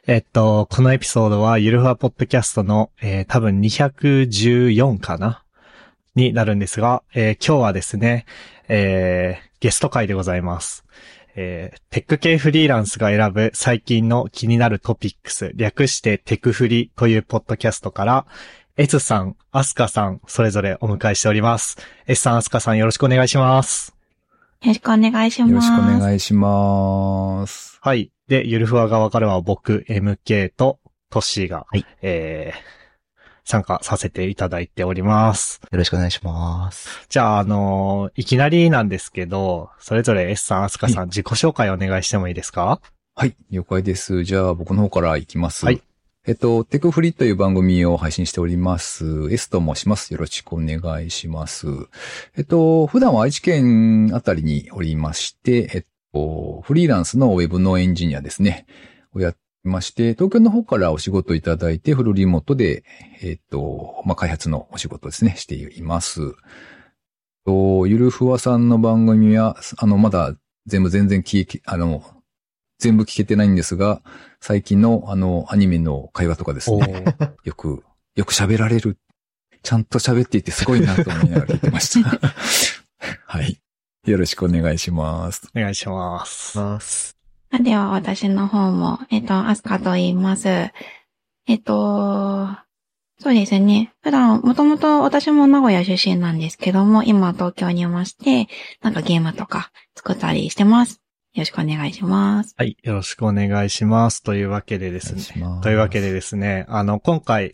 このエピソードはゆるふわポッドキャストの、多分214かなになるんですが、今日はですね、ゲスト会でございます。テック系フリーランスが選ぶ最近の気になるトピックス、略してテクフリというポッドキャストから、S さん、アスカさん、それぞれお迎えしております。S さん、アスカさん、よろしくお願いします。 よろしくお願いします。 よろしくお願いします。 はい。で、ゆるふわがわかるは僕、MK とトッシーが、 はい。 参加させていただいております。 よろしくお願いします。 じゃあ、いきなりなんですけど、それぞれ S さん、アスカさん、自己紹介お願いしてもいいですか？ はい、了解です。じゃあ僕の方からいきます。 はい。 テクフリという番組を配信しております。S と申します。よろしくお願いします。普段は愛知県あたりにおりまして、フリーランスのウェブのエンジニアですね。をやってまして、東京の方からお仕事いただいて、フルリモートで、開発のお仕事ですね、しています。ゆるふわさんの番組は、まだ全部聞けてないんですが、最近のアニメの会話とかですね。よく喋られる。ちゃんと喋っていてすごいなと思いながら聞いてました。はい。よろしくお願いします。 お願いします。 では、私の方も、アスカと言います。そうですね。普段、もともと私も名古屋出身なんですけども、今東京にいまして、なんかゲームとか作ったりしてます。よろしくお願いします。 はい。よろしくお願いします。というわけでですね。今回、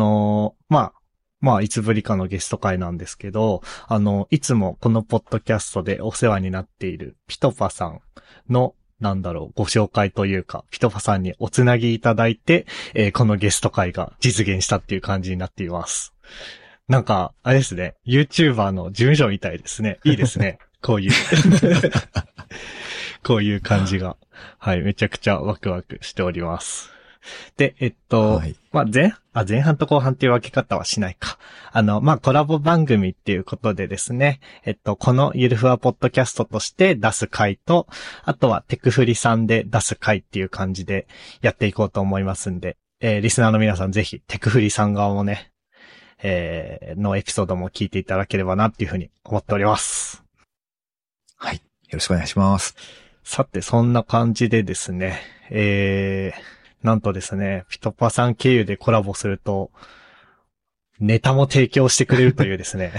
いつぶりかのゲスト会なんですけど、いつもこのポッドキャストでお世話になっているピトパさんの、ご紹介というか、ピトパさんにおつなぎいただいて、このゲスト会が実現したっていう感じになっています。なんか、あれですね、YouTuber の事務所みたいですね。いいですね。こういう。こういう感じが。はい、めちゃくちゃワクワクしております。で、 はい、 前半と後半っていう分け方はしないか。コラボ番組っていうことでですね、このゆるふわポッドキャストとして出す回と、あとはテクフリさんで出す回っていう感じでやっていこうと思いますんで、リスナーの皆さんぜひテクフリさん側もね、のエピソードも聞いていただければなっていうふうに思っております。 はい。よろしくお願いします。 さて、そんな感じでですね、なんとですね、ピトパさん経由でコラボすると、ネタも提供してくれるというですね、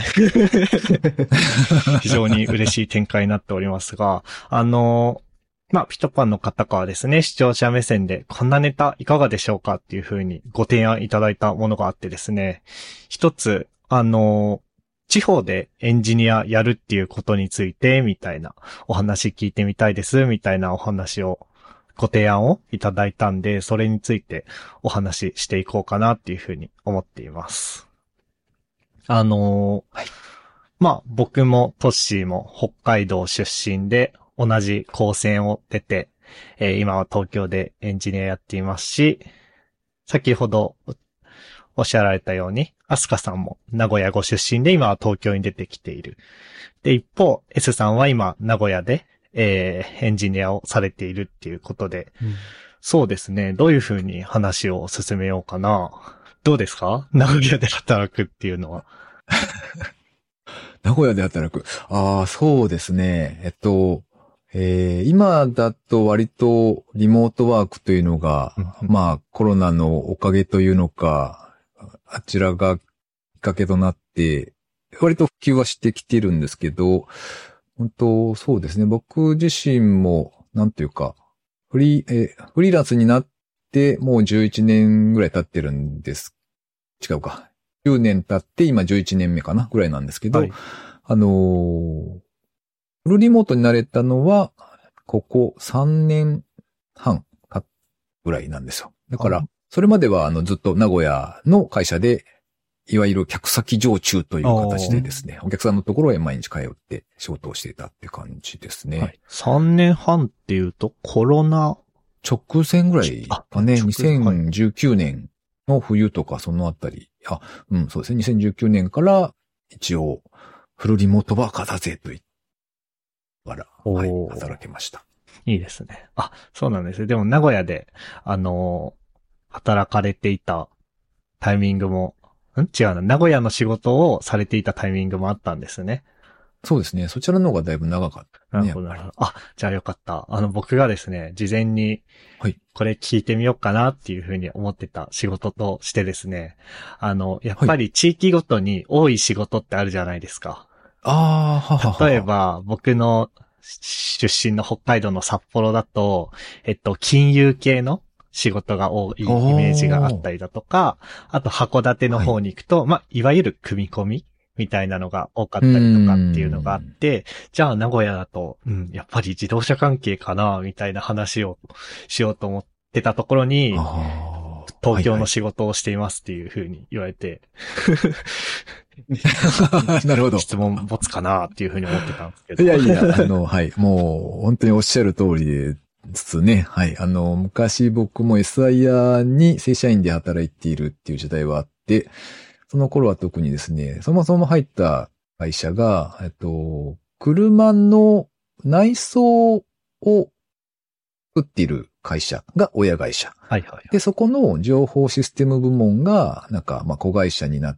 非常に嬉しい展開になっておりますが、ピトパンの方からですね、視聴者目線でこんなネタいかがでしょうかっていう風にご提案いただいたものがあってですね、一つ、地方でエンジニアやるっていうことについて、みたいなお話聞いてみたいです、みたいなお話を、ご提案をいただいたんで、それについてお話ししていこうかなっていうふうに思っています。僕もトッシーも北海道出身で同じ高専を出て、今は東京でエンジニアやっていますし、先ほどおっしゃられたように、アスカさんも名古屋ご出身で今は東京に出てきている。で、一方、S さんは今名古屋で、エンジニアをされているっていうことで、そうですね、どういうふうに話を進めようかな。どうですか？名古屋で働くっていうのは。 名古屋で働く。そうですね。今だと割とリモートワークというのが、コロナのおかげというのか、あちらがきっかけとなって、割と普及はしてきてるんですけど、本当そうですね。僕自身も、なんていうか、フリーランスになってもう11年ぐらい経ってるんです。違うか。10年経って今11年目かなぐらいなんですけど、はい、フルリモートになれたのは、ここ3年半ぐらいなんですよ。だから、それまではずっと名古屋の会社で、いわゆる客先常駐という形でですね、お客さんのところへ毎日通って仕事をしていたっていう感じですね。はい、 3年半っていうとコロナ直前ぐらいかね、2019年の冬とかそのあたり、そうですね、2019年から一応フルリモートワーカーだぜと言ったら、働けました。 いいですね。そうなんですね。でも名古屋で、 働かれていたタイミングも、違うな。名古屋の仕事をされていたタイミングもあったんですね。 そうですね。そちらの方がだいぶ長かったね。 なるほど、なるほど。あ、じゃあよかった。僕がですね、事前に、これ聞いてみようかなっていうふうに思ってた仕事としてですね、やっぱり地域ごとに多い仕事ってあるじゃないですか。 ああ、ははは。 例えば、僕の出身の北海道の札幌だと、金融系の仕事が多いイメージがあったりだとか、あと函館の方に行くと、いわゆる組み込みみたいなのが多かったりとかっていうのがあって、じゃあ名古屋だと、やっぱり自動車関係かな、みたいな話をしようと思ってたところに、東京の仕事をしていますっていう風に言われて、 なるほど。 質問持つかなっていう風に思ってたんですけど。 いやいや、はい。もう、本当におっしゃる通りでつつね、はい。昔僕も SIR に正社員で働いているっていう時代はあって、その頃は特にですね、そもそも入った会社が、車の内装を作っている会社が親会社。 はいはい。 で、そこの情報システム部門が、子会社になって、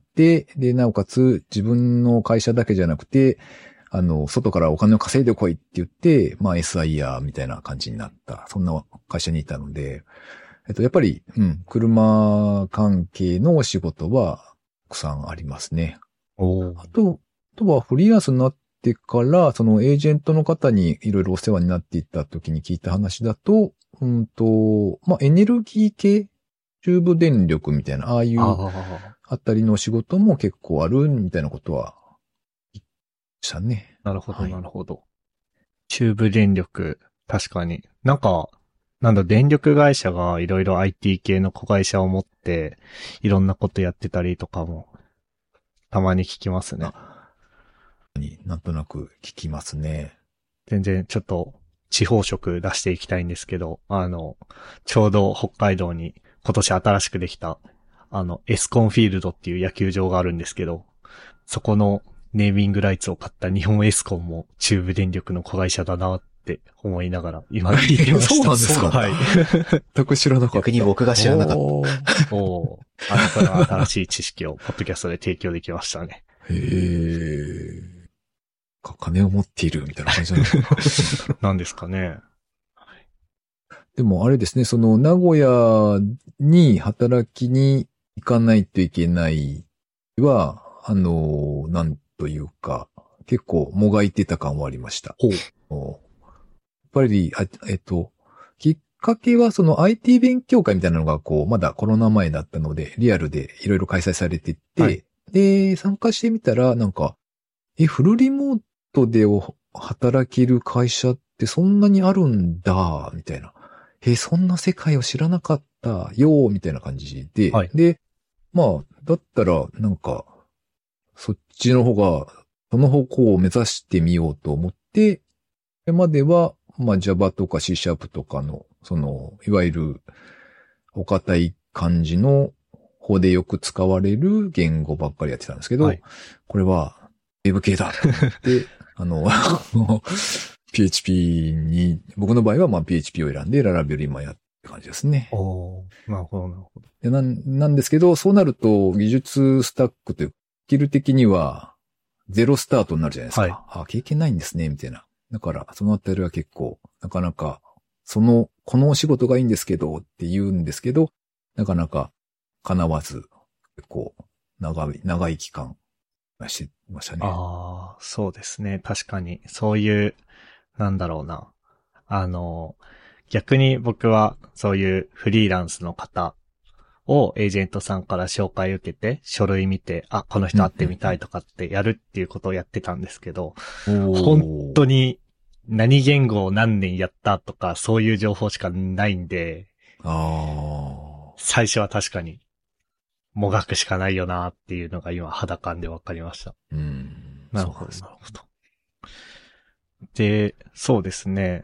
で、なおかつ自分の会社だけじゃなくて、外からお金を稼いでこいって言って、SIR みたいな感じになった。そんな会社にいたので、やっぱり、車関係のお仕事は、たくさんありますね。あとはフリーランスになってから、そのエージェントの方にいろいろお世話になっていった時に聞いた話だと、エネルギー系、中部電力みたいな、ああいうあたりの仕事も結構あるみたいなことは言ったね。 なるほど、なるほど。中部電力、確かに。電力会社がいろいろ IT 系の子会社を持って、いろんなことやってたりとかも、たまに聞きますね。 なんとなく聞きますね。 全然ちょっと地方色出していきたいんですけど、ちょうど北海道に今年新しくできた、エスコンフィールドっていう野球場があるんですけど、そこのネーミングライツを買った日本エスコンも中部電力の子会社だなって思いながら今聞いてました。 そうなんですか？ はい。 全く知らなかった。 逆に僕が知らなかった。 これは新しい知識をポッドキャストで提供できましたね。 へー。金を持っているみたいな感じなのかな。 なんですかね。 でもあれですね、その名古屋に働きに行かないといけないは、なんというか、結構もがいてた感はありました。やっぱり、きっかけはその IT 勉強会みたいなのがまだコロナ前だったので、リアルでいろいろ開催されてて、で、参加してみたら、フルリモートで働ける会社ってそんなにあるんだ、みたいな。そんな世界を知らなかったよ、みたいな感じで。で、だったら、そっちの方が、その方向を目指してみようと思って、これまでは、Java とか C# とかの、いわゆる、お堅い感じの方でよく使われる言語ばっかりやってたんですけど、これは、ウェブ系だと思って、PHP に、僕の場合はPHP を選んで、ララベル今やって感じですね。 なるほど、なるほど。 でなんですけど、そうなると、技術スタックという、スキル的には、ゼロスタートになるじゃないですか。経験ないんですね、みたいな。だから、そのあたりは結構、なかなか、このお仕事がいいんですけど、って言うんですけど、なかなか叶わず、結構、長い期間、してましたね。 そうですね。確かに、そういう、逆に僕は、そういうフリーランスの方をエージェントさんから紹介受けて、書類見て、この人会ってみたいとかってやるっていうことをやってたんですけど、本当に何言語を何年やったとか、そういう情報しかないんで、最初は確かに、もがくしかないよなっていうのが今肌感で分かりました。なるほど、なるほど。で、そうですね。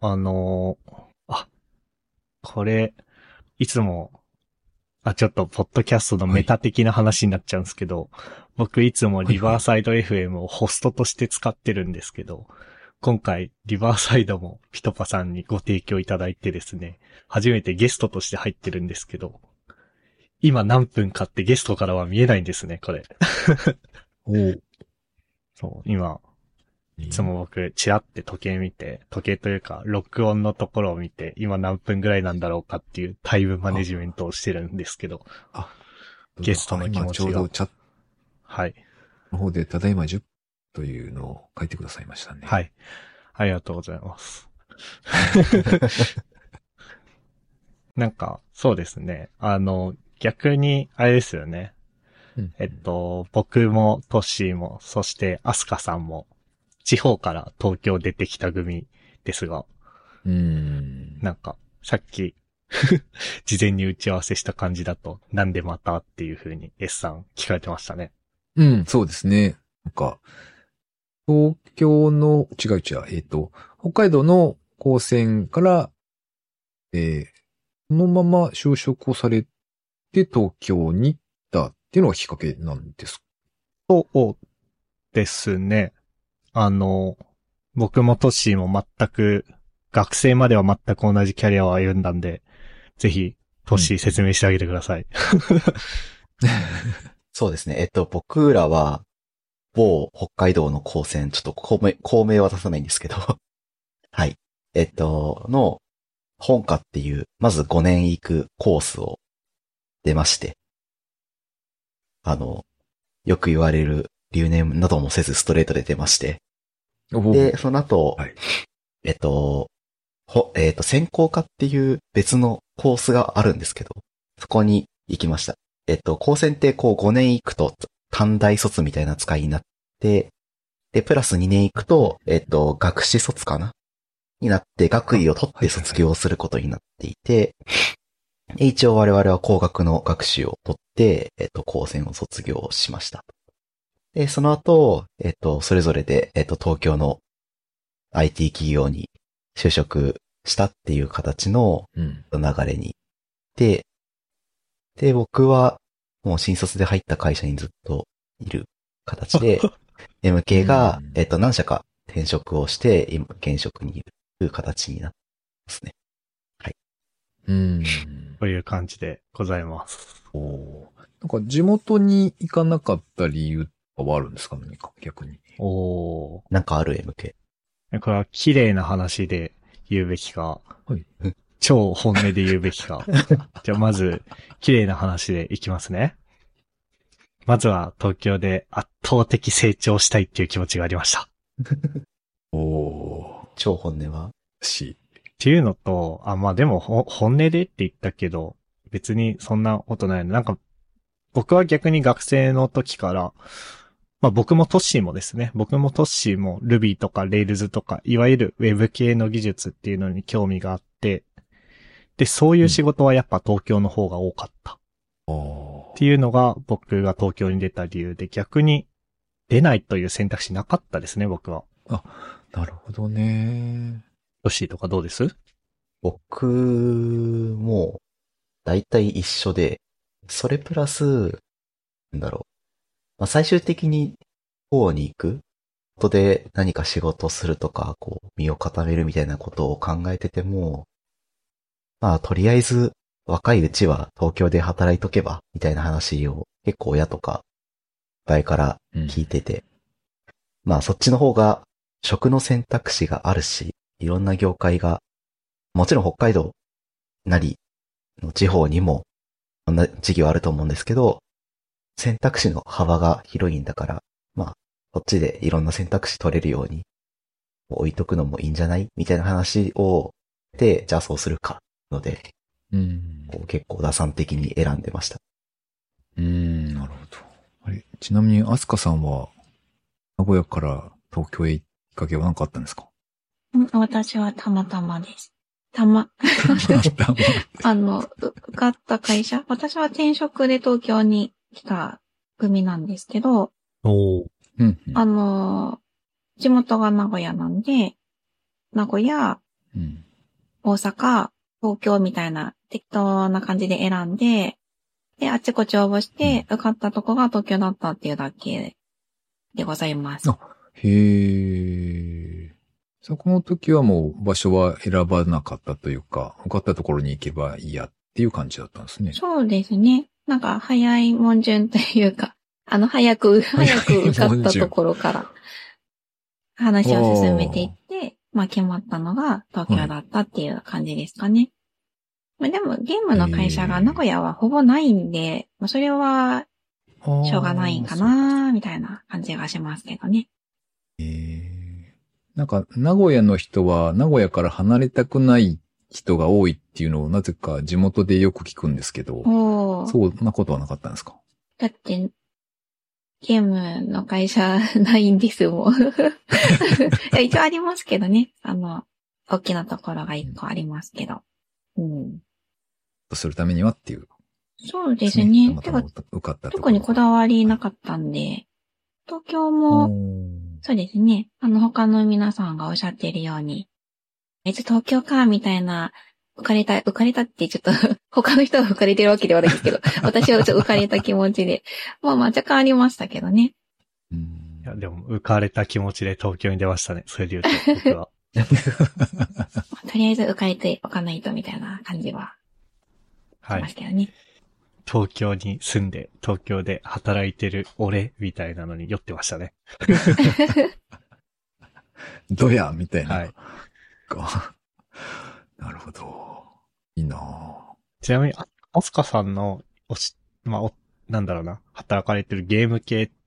これ、いつも、ちょっと、ポッドキャストのメタ的な話になっちゃうんですけど、僕いつもリバーサイド FM をホストとして使ってるんですけど、今回、リバーサイドもピトパさんにご提供いただいてですね、初めてゲストとして入ってるんですけど、 今何分かってゲストからは見えないんですね、これ。 おう。 そう、今、いつも僕、チラって時計見て、時計というか、録音のところを見て、今何分ぐらいなんだろうかっていうタイムマネジメントをしてるんですけど、ゲストの気持ちが。 今ちょうどチャットはい。 の方で、ただいま10というのを書いてくださいましたね。 はい。ありがとうございます。なんか、そうですね。逆に、あれですよね。 うん、 僕もトッシーも、そしてアスカさんも、地方から東京出てきた組ですが、なんか、さっき、事前に打ち合わせした感じだと、なんでまたっていう風に S さん聞かれてましたね。 うん、そうですね。なんか、東京の、違う、北海道の高専から、そのまま就職をされて東京に行ったっていうのがきっかけなんです。 そうですね。僕もトッシーも全く、学生までは全く同じキャリアを歩んだんで、ぜひ、トッシー説明してあげてください。 そうですね。僕らは、某北海道の高専、ちょっと公名は出さないんですけど、はい。の、本科っていう、まず5年行くコースを出まして、よく言われる留年などもせずストレートで出まして、で、その後、 はい、 専攻科っていう別のコースがあるんですけど、そこに行きました。高専ってこう5年行くと短大卒みたいな扱いになって、で、プラス2年行くと、学士卒かなになって、学位を取って卒業することになっていて、一応我々は工学の学士を取って、高専を卒業しました。で、その後、それぞれで、東京の IT 企業に就職したっていう形の流れに。で、僕はもう新卒で入った会社にずっといる形で、MK が、何社か転職をして、今、現職にいる形になってますね。はい。 という感じでございます。 なんか地元に行かなかった理由はあるんですかね、逆に。 なんかある MK。 これは綺麗な話で言うべきか、 はい、 超本音で言うべきか。じゃあまず、綺麗な話でいきますね。まずは東京で圧倒的成長したいっていう気持ちがありました。 超本音はっていうのと、まあでも本音でって言ったけど、別にそんなことないの。なんか、僕は逆に学生の時から、まあ僕もトッシーもですね。僕もトッシーも Ruby とか Rails とか、いわゆる Web 系の技術っていうのに興味があって、で、そういう仕事はやっぱ東京の方が多かった。っていうのが僕が東京に出た理由で、逆に出ないという選択肢なかったですね、僕は。 なるほどね。 トッシーとかどうです？ 僕も大体一緒で、それプラス、まあ、最終的に方に行くことで何か仕事をするとか、こう、身を固めるみたいなことを考えてても、まあ、とりあえず若いうちは東京で働いとけば、みたいな話を結構親とか、前から聞いてて、まあ、そっちの方が職の選択肢があるし、いろんな業界が、もちろん北海道なりの地方にも、こんな事業あると思うんですけど、選択肢の幅が広いんだから、まあ、こっちでいろんな選択肢取れるように置いとくのもいいんじゃないみたいな話をで、じゃあそうするか。ので、こう結構打算的に選んでました。 なるほど。ちなみに、アスカさんは、名古屋から東京へ行きっかけは何かあったんですか？ 私はたまたまです。受かった会社、私は転職で東京に来た組なんですけど、地元が名古屋なんで、名古屋、大阪、東京みたいな適当な感じで選んで、で、あちこち応募して、受かったとこが東京だったっていうだけでございます。 そこの時はもう場所は選ばなかったというか、受かったところに行けばいいやっていう感じだったんですね。 そうですね。 なんか早いもん順というか、早く受かったところから話を進めていって、まあ決まったのが東京だったっていう感じですかね。まあでもゲームの会社が名古屋はほぼないんで、まあそれはしょうがないんかなみたいな感じがしますけどね。 なんか名古屋の人は名古屋から離れたくない人が多いっていうのをなぜか地元でよく聞くんですけど、そんなことはなかったんですか？ だって、ゲームの会社ないんですもん。一応ありますけどね。大きなところが一個ありますけど。うん。 とするためにはっていう。 そうですね。 たまたま受かったと特にこだわりなかったんで、東京も、そうですね。他の皆さんがおっしゃっているように、東京か、みたいな、浮かれたってちょっと、他の人は浮かれてるわけではないですけど、私はちょっと浮かれた気持ちで、まあ若干ありましたけどね。 いや、でも浮かれた気持ちで東京に出ましたね。それで言うと、僕は。 とりあえず浮かれておかないとみたいな感じは、しますけどね。 東京に住んで、東京で働いてる俺みたいなのに酔ってましたね。 どやみたいな。 はい。 なるほど。いいなぁ。 ちなみに、オスカさんのなんだろうな、働かれてるゲーム系って、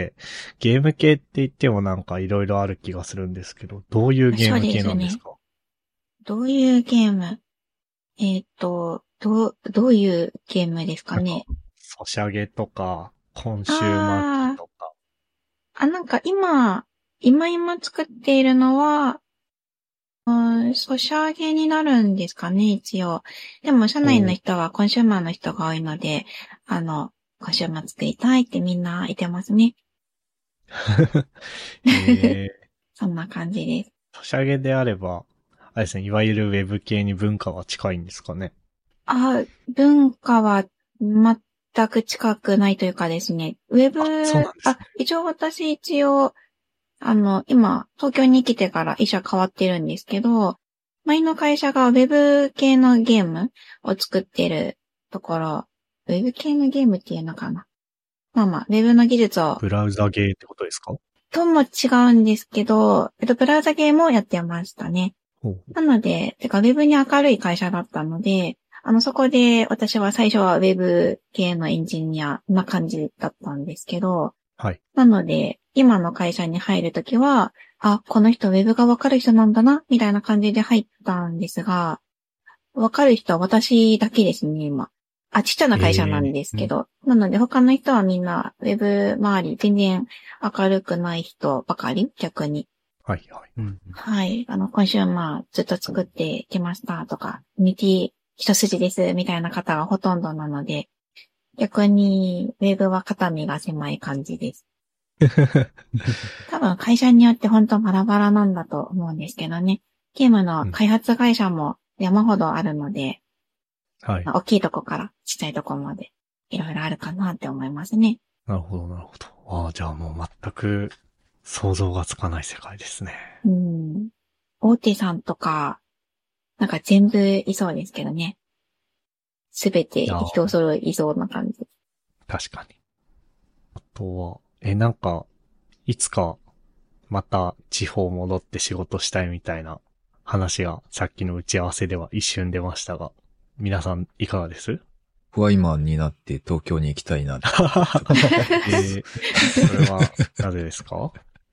ゲーム系って言ってもなんかいろいろある気がするんですけど、どういうゲーム系なんですか？ どういうゲーム？どういうゲームですかね？ ソシャゲとか、コンシューマーとか。 なんか今作っているのは、ソシャゲになるんですかね、一応。でも、社内の人はコンシューマーの人が多いので、コンシューマー作りたいってみんな言ってますね。そんな感じです。 ソシャゲであれば、あれですね、いわゆるウェブ系に文化は近いんですかね？ 文化は全く近くないというかですね、ウェブ、 そうなんですね。 一応、今、東京に来てから一社変わってるんですけど、前の会社がウェブ系のゲームを作ってるところ、ウェブ系のゲームっていうのかな。まあまあ、ウェブの技術を。 ブラウザゲーってことですか？ とも違うんですけど、ブラウザゲームをやってましたね。なので、ウェブに明るい会社だったので、そこで私は最初はウェブ系のエンジニアな感じだったんですけど、 はい。 なので、今の会社に入るときは、この人ウェブがわかる人なんだな、みたいな感じで入ったんですが、わかる人は私だけですね、今。ちっちゃな会社なんですけど。なので他の人はみんなウェブ周り全然明るくない人ばかり、逆に。 はいはい。 はい。今週ずっと作ってきましたとか、道一筋です、みたいな方がほとんどなので、逆にウェブは肩身が狭い感じです。多分会社によって本当バラバラなんだと思うんですけどね。ゲームの開発会社も山ほどあるので、 はい。 大きいとこからちっちゃいとこまでいろいろあるかなって思いますね。 なるほど、なるほど。じゃあもう全く想像がつかない世界ですね。 大手さんとか、なんか全部いそうですけどね。すべて人揃いそうな感じ。 確かに。あとは、なんか、いつかまた地方戻って仕事したいみたいな話がさっきの打ち合わせでは一瞬出ましたが、皆さんいかがです？ フワイマンになって東京に行きたいな。 それはなぜですか？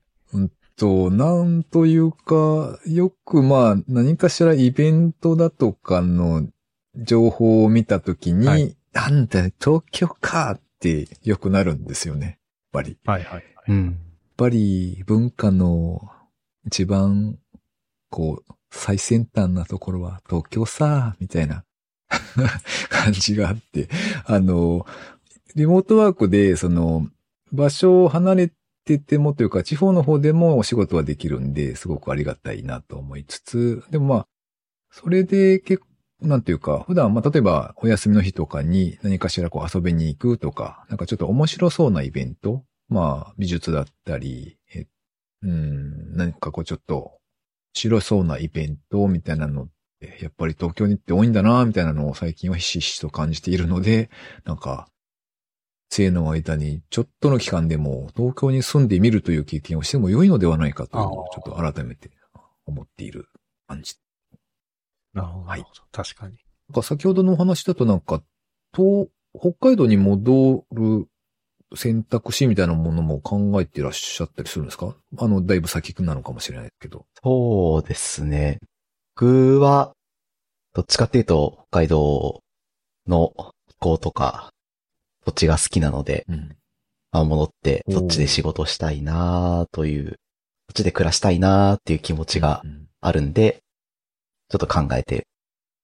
なんというか、よく何かしらイベントだとかの情報を見たときに、はい、なんだ東京かってよくなるんですよね。やっぱり。 はいはい、はい。 やっぱり文化の一番最先端なところは東京さ、みたいな感じがあって、リモートワークで場所を離れててもというか地方の方でもお仕事はできるんで、すごくありがたいなと思いつつ、でもそれでなんていうか、普段例えばお休みの日とかに何かしら遊びに行くとか、なんかちょっと面白そうなイベント、美術だったり、何かちょっと面白そうなイベントみたいなのっやっぱり東京にって多いんだな、みたいなのを最近はひしひしと感じているので、なんか、生の間にちょっとの期間でも東京に住んでみるという経験をしても良いのではないかというのをちょっと改めて思っている感じ。 なるほど。 はい。 確かに。 なんか先ほどのお話だとなんか、北海道に戻る選択肢みたいなものも考えていらっしゃったりするんですか？だいぶ先なのかもしれないけど。 そうですね。僕は、どっちかっていうと、北海道の気候とか、土地が好きなので、戻って、そっちで仕事したいなという、そっちで暮らしたいなっていう気持ちがあるんで、ちょっと考えて。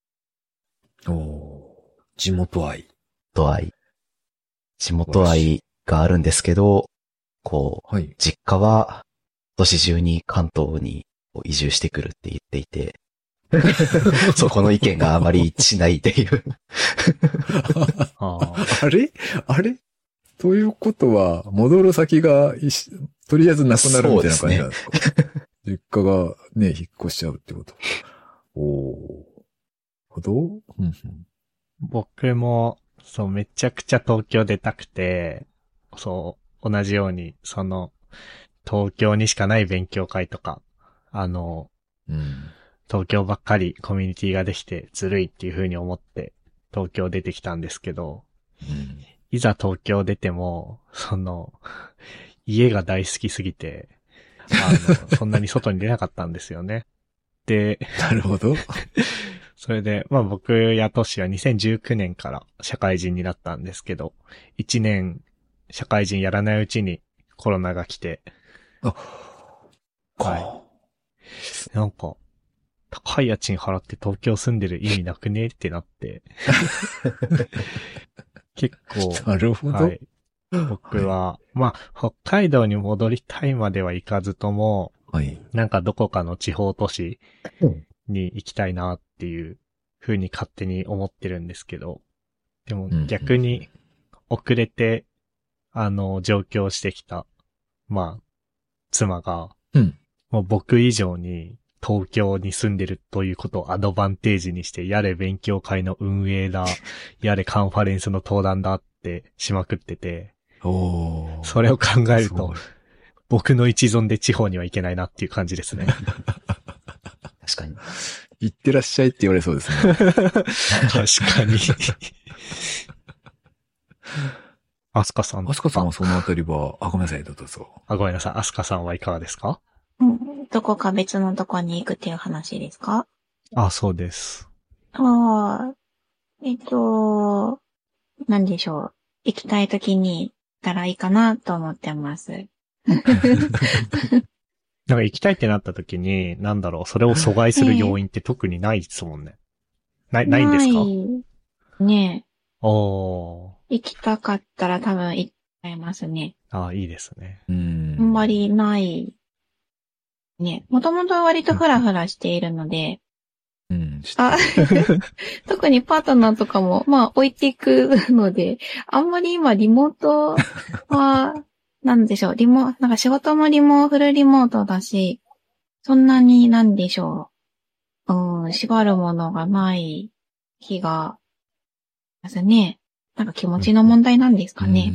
地元愛。 地元愛があるんですけど、 はい、 実家は、今年中に関東に移住してくるって言っていて、そこの意見があまり一致しないっていうあれということは、戻る先がとりあえずなくなるみたいな感じなんですか？実家がね、引っ越しちゃうってこと。 僕も、めちゃくちゃ東京出たくて、同じように、東京にしかない勉強会とか、東京ばっかりコミュニティができてずるいっていう風に思って東京出てきたんですけど、いざ東京出ても、家が大好きすぎて、そんなに外に出なかったんですよね。で、 なるほど。 それで、僕やトシは2019年から社会人になったんですけど、1年社会人やらないうちにコロナが来て、はい。なんか、高い家賃払って東京住んでる意味なくねってなって。結構、 なるほど。 はい。僕は、北海道に戻りたいまではいかずとも、 はい。 なんかどこかの地方都市に行きたいなっていう風に勝手に思ってるんですけど、でも逆に遅れて、上京してきた、妻が、もう僕以上に東京に住んでるということをアドバンテージにして、やれ勉強会の運営だ、やれカンファレンスの登壇だってしまくってて、それを考えると、僕の一存で地方には行けないなっていう感じですね。 確かに。 行ってらっしゃいって言われそうですね。 確かに。アスカさんはそのあたりは、ごめんなさい、どうぞ。 ごめんなさい、アスカさんはいかがですか？ どこか別のとこに行くっていう話ですか？ そうです。 なんでしょう。行きたいときに行ったらいいかなと思ってます。 なんか行きたいってなったときに、それを阻害する要因って特にないですもんね。ないんですか？ ねえ。 行きたかったら多分行っちゃいますね。 いいですね。 あんまりない。ね。もともと割とフラフラしているので。特にパートナーとかも、置いていくので、あんまり今リモートは、なんでしょう、なんか仕事もフルリモートだし、そんなになんでしょう、縛るものがない日が、ですね。なんか気持ちの問題なんですかね。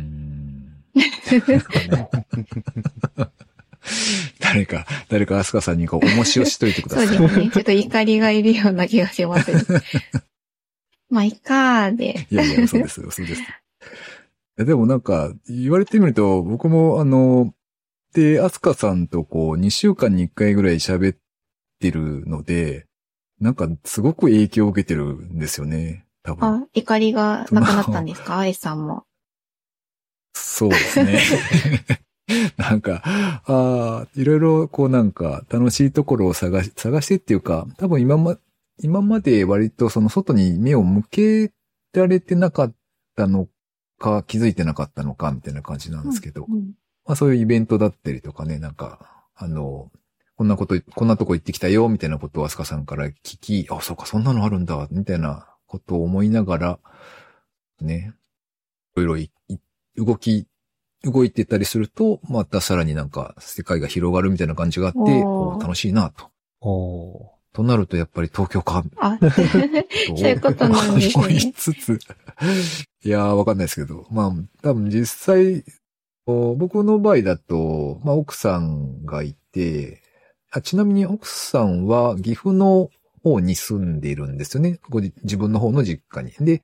誰かアスカさんに重しをしといてください。 そうですね。ちょっと怒りがいるような気がします。いっかーで。 いや、そうです。でもなんか、言われてみると、僕もアスカさんと2週間に1回ぐらい喋ってるので、なんかすごく影響を受けてるんですよね、多分。 怒りがなくなったんですか？S さんも。 そうですね。なんか、いろいろなんか楽しいところを探してっていうか、多分今まで割と外に目を向けられてなかったのか、気づいてなかったのか、みたいな感じなんですけど、そういうイベントだったりとかね、なんか、こんなとこ行ってきたよ、みたいなことをアスカさんから聞き、そうか、そんなのあるんだ、みたいなことを思いながら、ね、いろいろ動いてたりすると、またさらになんか世界が広がるみたいな感じがあって、楽しいなと。 となるとやっぱり東京か。 あ、そういうことなんです思いね。 つつ。いやー、わかんないですけど。まあ、多分実際、僕の場合だと、まあ奥さんがいて、ちなみに奥さんは岐阜の方に住んでいるんですよね。自分の方の実家に。で、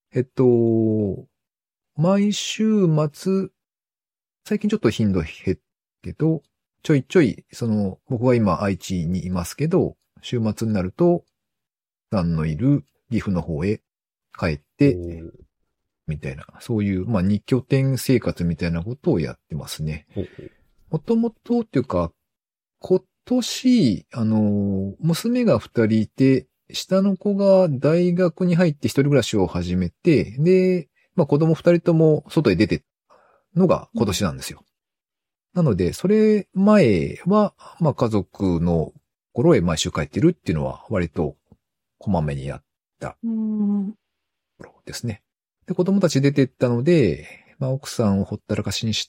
毎週末、最近ちょっと頻度減っけど、ちょいちょい、僕は今愛知にいますけど、週末になると、さんのいる岐阜の方へ帰って、みたいな、そういう、まあ、二拠点生活みたいなことをやってますね。もともとっていうか、今年、娘が2人いて、下の子が大学に入って一人暮らしを始めて、で、まあ子供2人とも外へ出てのが今年なんですよ。なので、それ前は、まあ家族の頃へ毎週帰ってるっていうのは割とこまめにやったですね。で、子供たち出てったので、まあ奥さんをほったらかしにして、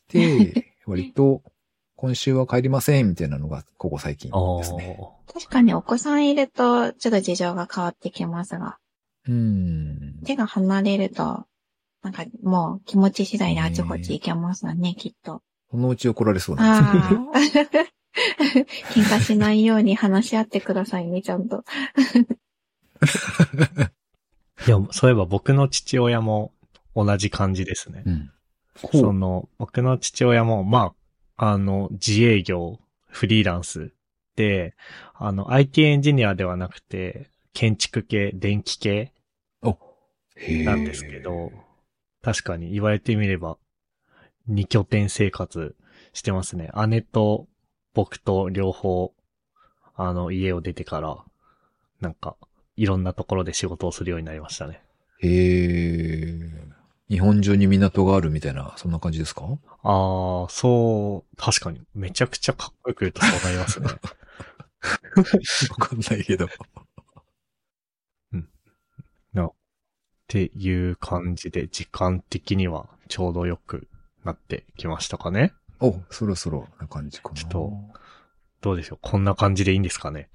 割と今週は帰りませんみたいなのがここ最近ですね。 確かにお子さんいるとちょっと事情が変わってきますが。手が離れると、なんかもう気持ち次第であちこち行けますよね、きっと。 そのうち怒られそうなんですね。 喧嘩しないように話し合ってくださいね、ちゃんと。 いや、そういえば僕の父親も同じ感じですね。僕の父親も、まあ、自営業、フリーランスで、IT エンジニアではなくて、建築系、電気系なんですけど、確かに言われてみれば、二拠点生活してますね。姉と僕と両方、家を出てから、なんか、いろんなところで仕事をするようになりましたね。 日本中に港があるみたいな、そんな感じですか？ そう、確かに。めちゃくちゃかっこよく言うとそうなりますね。 わかんないけど。 っていう感じで、時間的にはちょうどよくなってきましたかね。 そろそろな感じかな。 ちょっと、どうでしょう。こんな感じでいいんですかね。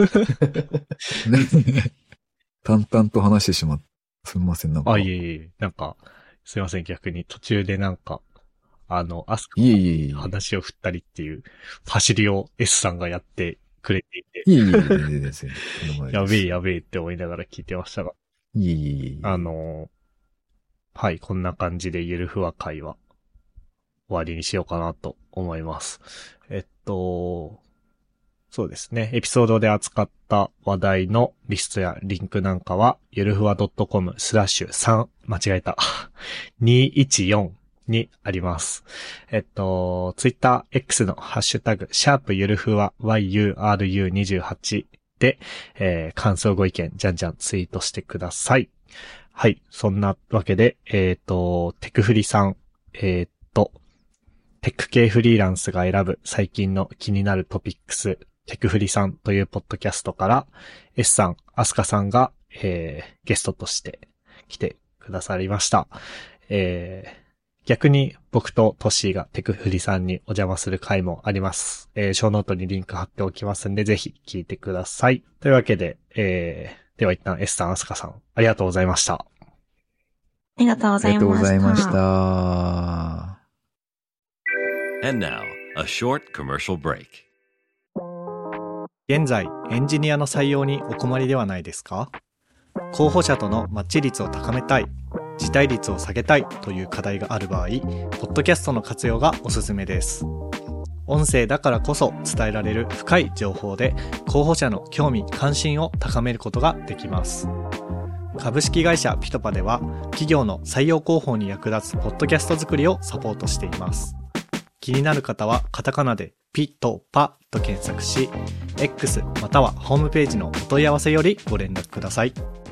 淡々と話してしまって、すみません、なんか。 いえ。なんか、すいません、逆に途中でなんか、アスカの話を振ったりっていう、走りを S さんがやってくれていて。やべえって思いながら聞いてましたが。はい、こんな感じでゆるふわ会は終わりにしようかなと思います。そうですね。エピソードで扱った話題のリストやリンクなんかは、ゆるふわ .com/3、間違えた。214にあります。Twitter X のハッシュタグ、ゆるふわ YURU28 で、感想ご意見、じゃんじゃんツイートしてください。はい。そんなわけで、テクフリさん、テック系フリーランスが選ぶ最近の気になるトピックス、テクフリさんというポッドキャストから、S さん、アスカさんが、ゲストとして来てくださりました。逆に僕とトッシーがテクフリさんにお邪魔する回もあります。ショーノートにリンク貼っておきますんで、ぜひ聞いてください。というわけで、では一旦 S さん、アスカさん、ありがとうございました。 ありがとうございました。 ありがとうございました。 And now, a short commercial break. 現在、エンジニアの採用にお困りではないですか？候補者とのマッチ率を高めたい、辞退率を下げたいという課題がある場合、ポッドキャストの活用がおすすめです。音声だからこそ伝えられる深い情報で、候補者の興味・関心を高めることができます。株式会社ピトパでは、企業の採用広報に役立つポッドキャスト作りをサポートしています。気になる方はカタカナでピトパと検索し、X またはホームページのお問い合わせよりご連絡ください。